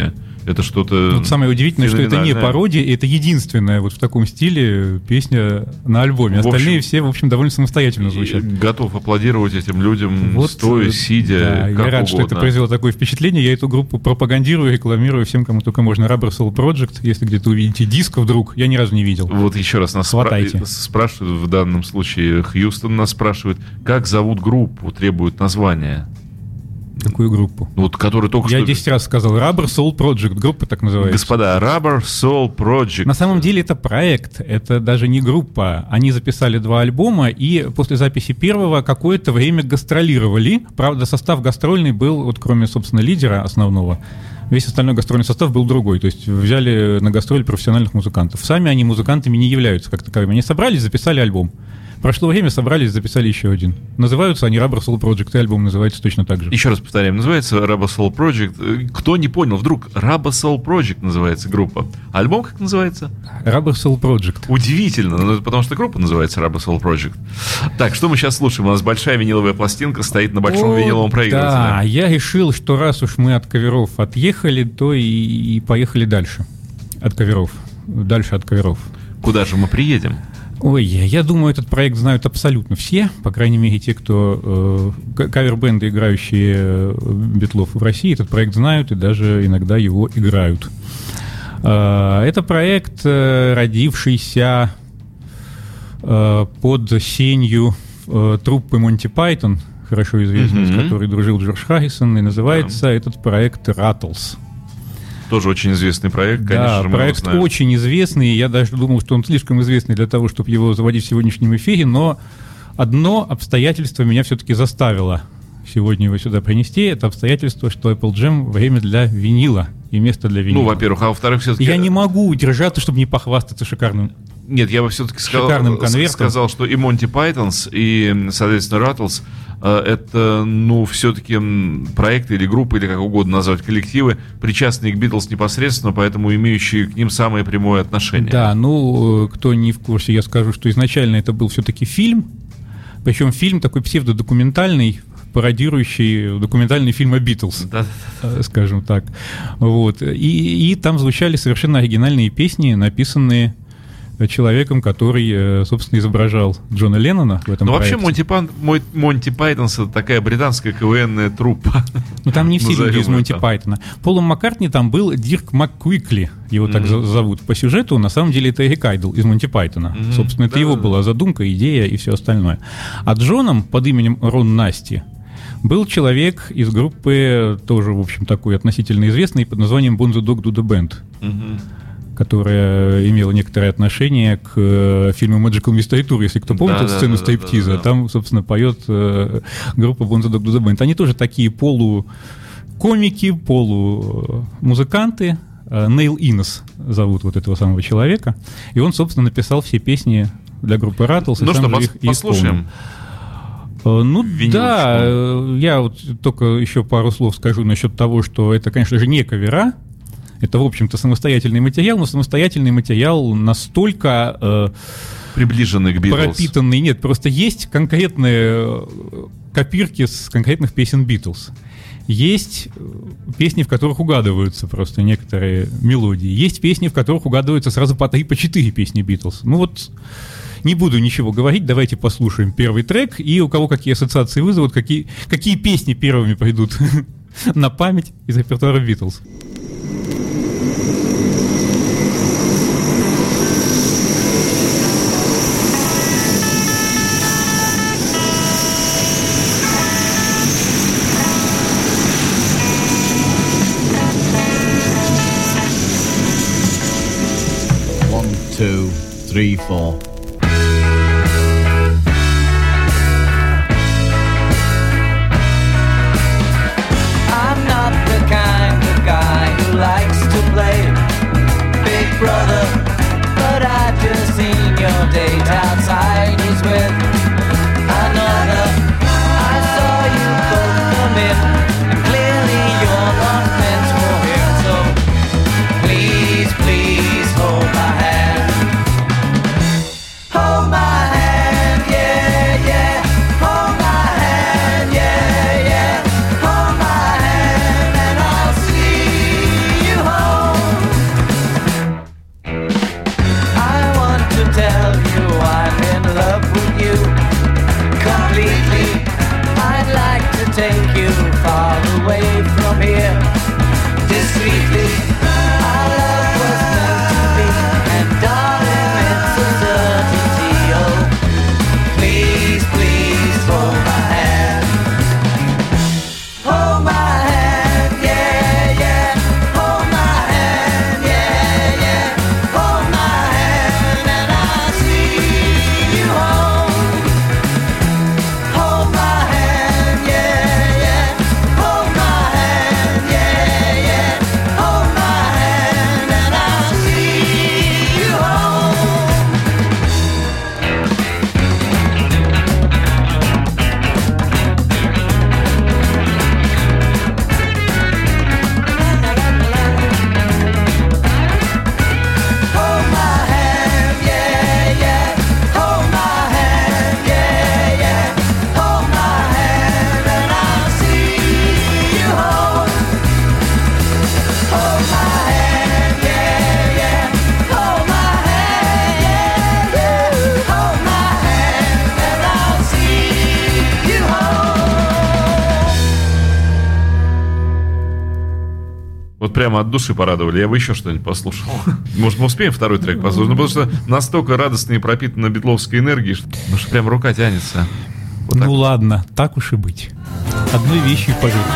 B: Это что-то
C: Вот самое удивительное, что это не
B: феноменальное.
C: пародия, это единственная вот в таком стиле песня на альбоме.
B: В общем,
C: Остальные все, в общем, довольно самостоятельно звучат.
B: Готов аплодировать этим людям,
C: Вот,
B: стоя, сидя,
C: да,
B: как
C: я рад, что
B: угодно.
C: это произвело такое впечатление. Я эту группу пропагандирую, рекламирую всем, кому только можно. Rubber Soul Project. Если где-то увидите диск вдруг, я ни разу не видел.
B: Вот еще раз нас
C: Хватайте.
B: спрашивают, в данном случае Хьюстон нас спрашивает, как зовут группу, требует названия.
C: Какую группу?
B: Вот, который только
C: Я
B: что...
C: 10 раз сказал. Rubber Soul Project. Группа так называется.
B: Господа, Rubber Soul Project.
C: На самом деле это проект, это даже не группа. Они записали 2 альбома и после записи первого какое-то время гастролировали. Правда, состав гастрольный был, вот кроме, собственно, лидера основного, весь остальной гастрольный состав был другой. То есть взяли на гастроль профессиональных музыкантов. Сами они музыкантами не являются как таковыми. Они собрались, записали альбом. Прошло время, собрались, записали еще один. Называются они Rubber Soul Project, и альбом называется точно так же.
B: Еще раз повторяем, называется Rubber Soul Project. Кто не понял, вдруг Rubber Soul Project называется группа. Альбом как называется?
C: Rubber Soul Project.
B: Удивительно, но это потому что группа называется Rubber Soul Project. Так, что мы сейчас слушаем? У нас большая виниловая пластинка стоит на большом
C: О,
B: виниловом
C: Да,
B: проигрывателе.
C: я решил, что раз уж мы от каверов отъехали, то и поехали дальше. От каверов. Дальше от каверов.
B: Куда же мы приедем?
C: Ой, я думаю, этот проект знают абсолютно все, по крайней мере, те, кто кавер-бенды, играющие Битлов в России, этот проект знают и даже иногда его играют. Это проект, родившийся под сенью труппы Монти Пайтон, хорошо известной, с которой дружил Джордж Харрисон, и называется этот проект «Rattles».
B: Тоже очень известный проект, конечно
C: Да,
B: же, мы его
C: проект
B: знаем.
C: очень известный, я даже думал, что он слишком известный для того, чтобы его заводить в сегодняшнем эфире, но одно обстоятельство меня все-таки заставило сегодня его сюда принести, это обстоятельство, что Apple Jam — время для винила и место для винила.
B: Ну, во-первых, а во-вторых, все-таки...
C: Я не могу удержаться, чтобы не похвастаться шикарным.
B: Нет, я бы все-таки
C: Шикарным конвертом.
B: сказал, что и Монти Пайтонс, и, соответственно, Rattles это, ну, все-таки проекты или группы, или как угодно назвать, коллективы, причастные к Битлз непосредственно, поэтому имеющие к ним самое прямое отношение.
C: Да, ну, кто не в курсе, я скажу, что изначально это был все-таки фильм, причем фильм такой псевдодокументальный, пародирующий документальный фильм о Битлз,
B: Да.
C: скажем так. Вот. И там звучали совершенно оригинальные песни, написанные человеком, который, собственно, изображал Джона Леннона в этом
B: Ну, вообще,
C: проекте.
B: Монти Пайтонс — это такая британская КВНная труппа.
C: Ну, там не все
B: Назовем
C: люди из Монти
B: это.
C: Пайтона. Полом Маккартни там был Дирк МакКуикли, его так зовут по сюжету. На самом деле это Эрик Айдл из Монти Пайтона. Собственно, это его была задумка, идея и все остальное. А Джоном под именем Рон Насти был человек из группы, тоже, в общем, такой относительно известный, под названием Bon the Dog Do The Band, которая имела некоторое отношение к фильму Magical Mystery Tour, если кто помнит эту сцену стриптиза. Там, собственно, поет группа Bon the Dog Do The Band. Они тоже такие полукомики, полумузыканты. Нейл Иннес зовут вот этого самого человека. И он, собственно, написал все песни для группы Rattles.
B: Ну
C: и
B: что,
C: сам же их и
B: послушаем.
C: Ну
B: Винилочку.
C: да, я вот только еще пару слов скажу насчет того, что это, конечно же, не кавера. Это, в общем-то, самостоятельный материал, но самостоятельный материал настолько
B: Приближенный к Битлз.
C: пропитанный. Нет, просто есть конкретные копирки с конкретных песен Битлз. Есть песни, в которых угадываются просто некоторые мелодии. Есть песни, в которых угадываются сразу по 3, по 4 песни Битлз. Ну вот, не буду ничего говорить, давайте послушаем первый трек, и у кого какие ассоциации вызовут, какие песни первыми придут на память из репертуара Битлз.
F: One, two, three, four.
E: I'm not the kind of guy who likes to play Big Brother, but I've just seen your date outside. He's with another. I saw you both come in, and clearly you're not meant for him. So please, please hold my hand.
B: прямо от души порадовали. Я бы еще что-нибудь послушал. Может, мы успеем второй трек послушать? Ну, потому что настолько радостно и пропитана битловской энергией, что прям рука тянется. Вот
C: ну ладно, так уж и быть. Одной вещью пожертвовать.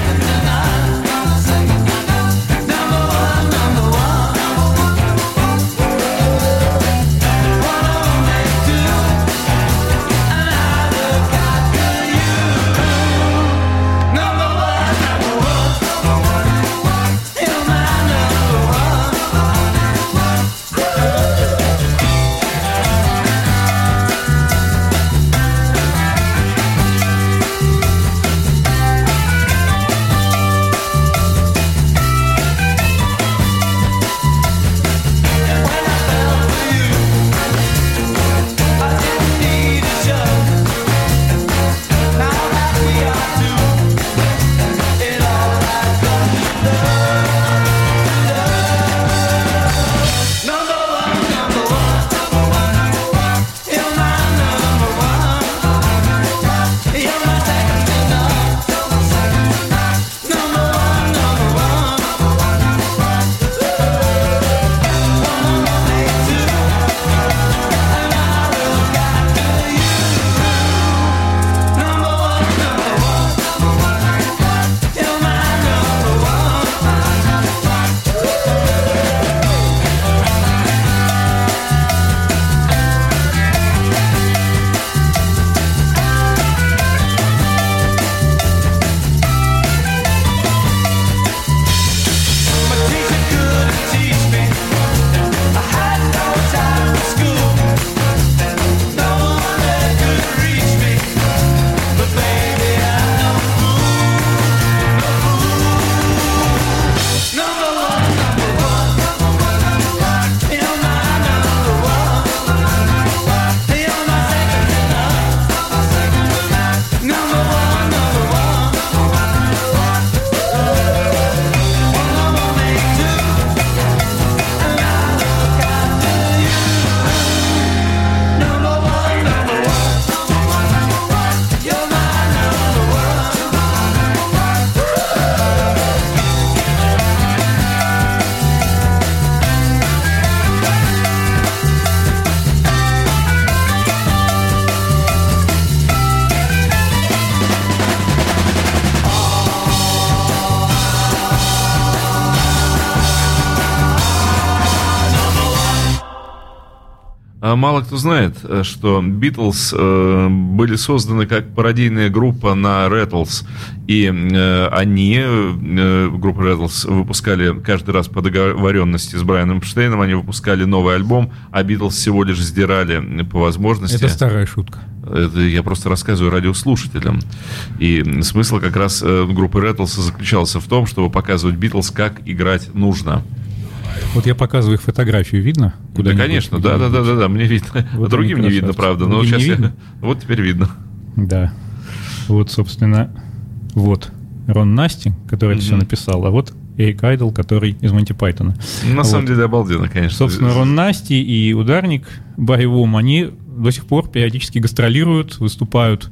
B: Мало кто знает, что Битлз были созданы как пародийная группа на Rattles. И они, группа Rattles, выпускали каждый раз по договоренности с Брайаном Эпштейном, они выпускали новый альбом, а Битлз всего лишь сдирали по возможности.
C: Это старая шутка.
B: Это я просто рассказываю радиослушателям. И смысл как раз группы Rattles заключался в том, чтобы показывать Битлз, как играть нужно.
C: Вот я показываю их фотографию, видно?
B: Да, конечно, да, мне видно.
C: Вот
B: а другим не видно, правда. Но сейчас вот теперь видно.
C: Да. Вот, собственно, вот Рон Насти, который это все написал, а вот Эрик Айдл, который из Монти Пайтона.
B: На самом деле обалденно, конечно.
C: Собственно, Рон Насти и ударник Барри Вом, они до сих пор периодически гастролируют, выступают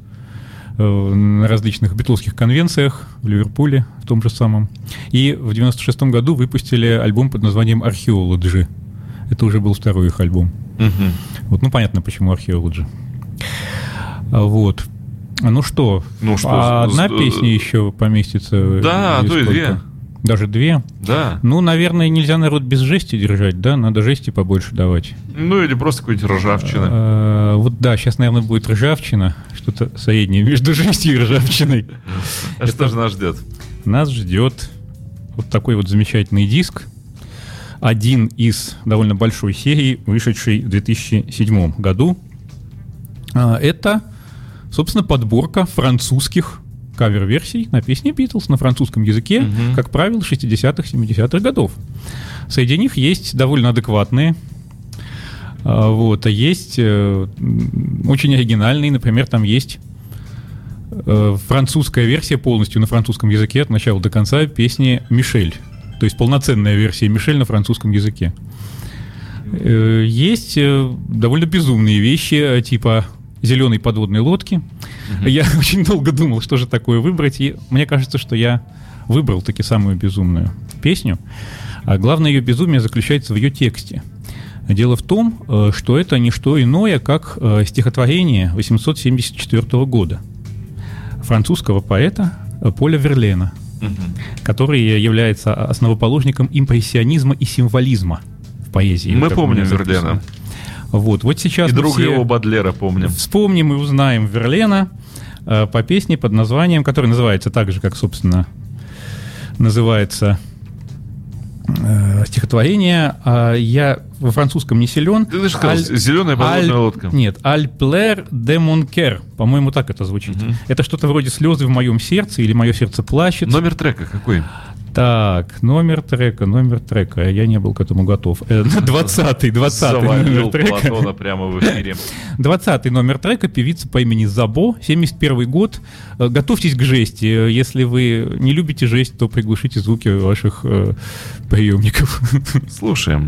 C: на различных битловских конвенциях в Ливерпуле, в том же самом. И в 96-м году выпустили альбом под названием «Archaeology». Это уже был второй их альбом. Вот, ну, понятно, почему «Archaeology». Вот. Ну что, одна песня еще поместится?
B: Да, а то и две.
C: Даже две?
B: Да.
C: Ну, наверное, нельзя народ без жести держать, да? Надо жести побольше давать.
B: Ну, или просто какой-нибудь ржавчина.
C: Вот да, сейчас, наверное, будет ржавчина. Что-то среднее между жестью и ржавчиной.
B: А что же нас ждет?
C: Нас ждет вот такой вот замечательный диск. Один из довольно большой серии, вышедшей в 2007 году. Это, собственно, подборка французских кавер-версий на песни Битлз на французском языке, как правило, 60-х, 70-х годов. Среди них есть довольно адекватные, вот, а есть очень оригинальные, например, там есть французская версия полностью на французском языке от начала до конца песни «Мишель», то есть полноценная версия «Мишель» на французском языке. Есть довольно безумные вещи, типа «Зеленой подводной лодки». Я очень долго думал, что же такое выбрать, и мне кажется, что я выбрал таки самую безумную песню. А главное ее безумие заключается в ее тексте. Дело в том, что это не что иное, как стихотворение 874 года французского поэта Поля Верлена, который является основоположником импрессионизма и символизма в поэзии.
B: Мы помним Верлена.
C: Вот сейчас
B: и
C: мы
B: друга его Бодлера помним.
C: Вспомним и узнаем Верлена по песне под названием, которая называется так же, как, собственно, называется стихотворение. Я во французском не силен.
B: Ты же сказал, зеленая подводная лодка.
C: Нет, «Аль плер де мон кер». По-моему, так это звучит. Это что-то вроде «Слезы в моем сердце» или «Мое сердце плачет».
B: Номер трека какой?
C: Так, номер трека. Я не был к этому готов. 20-й номер трека.
B: Платона прямо в эфире.
C: 20-й номер трека, певица по имени Забо, 71 год. Готовьтесь к жести. Если вы не любите жесть, то приглушите звуки ваших приемников.
B: Слушаем.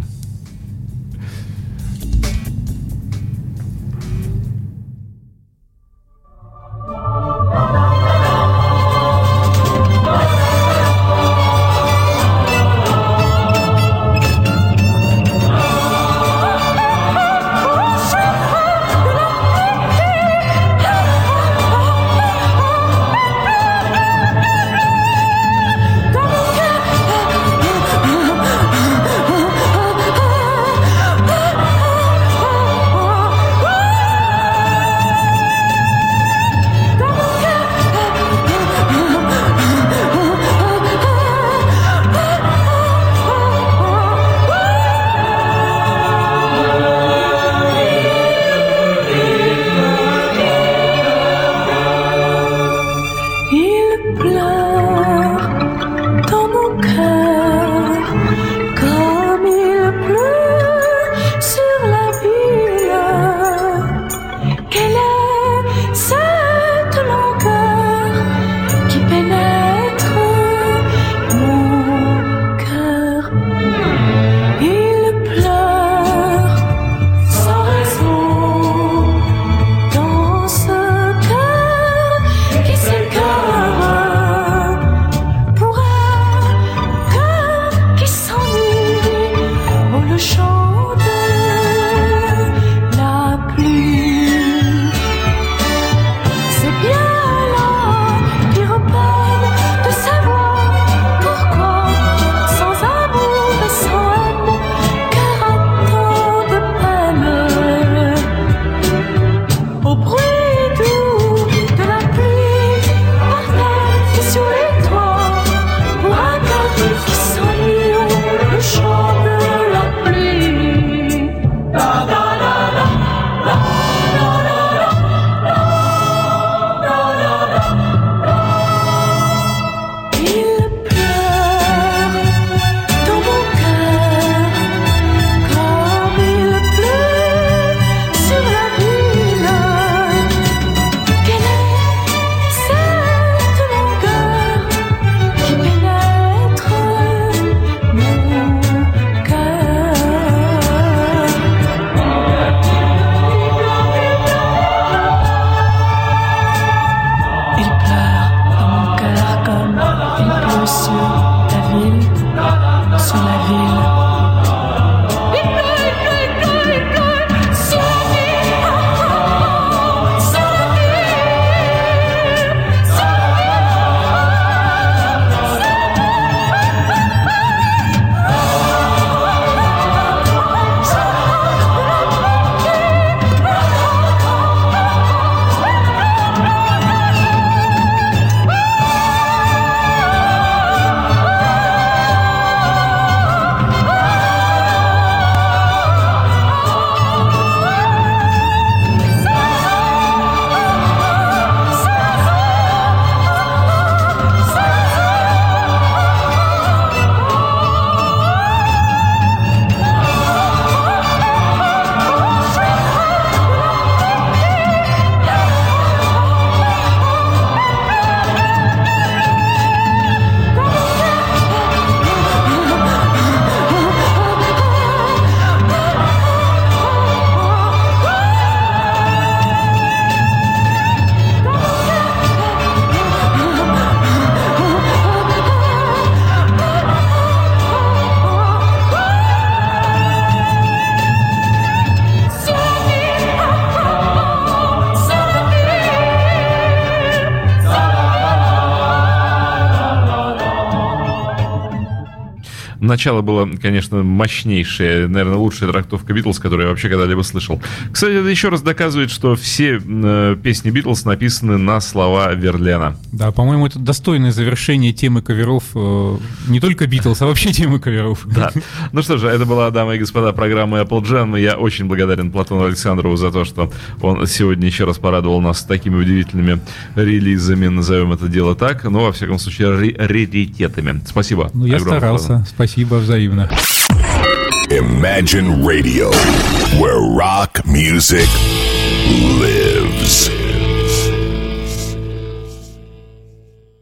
B: Начало было, конечно, мощнейшее, наверное, лучшая трактовка Битлз, которую я вообще когда-либо слышал. Кстати, это еще раз доказывает, что все песни Битлз написаны на слова Верлена.
C: Да, по-моему, это достойное завершение темы каверов, не только Битлз, а вообще темы каверов.
B: Да. Ну что же, это была, дамы и господа, программа Apple Jam. Я очень благодарен Платону Александрову за то, что он сегодня еще раз порадовал нас такими удивительными релизами, назовем это дело так, но, во всяком случае, раритетами. Спасибо.
C: Ну, я старался.
B: Платон.
C: Спасибо, взаимно.
G: Imagine Radio, where rock music lives.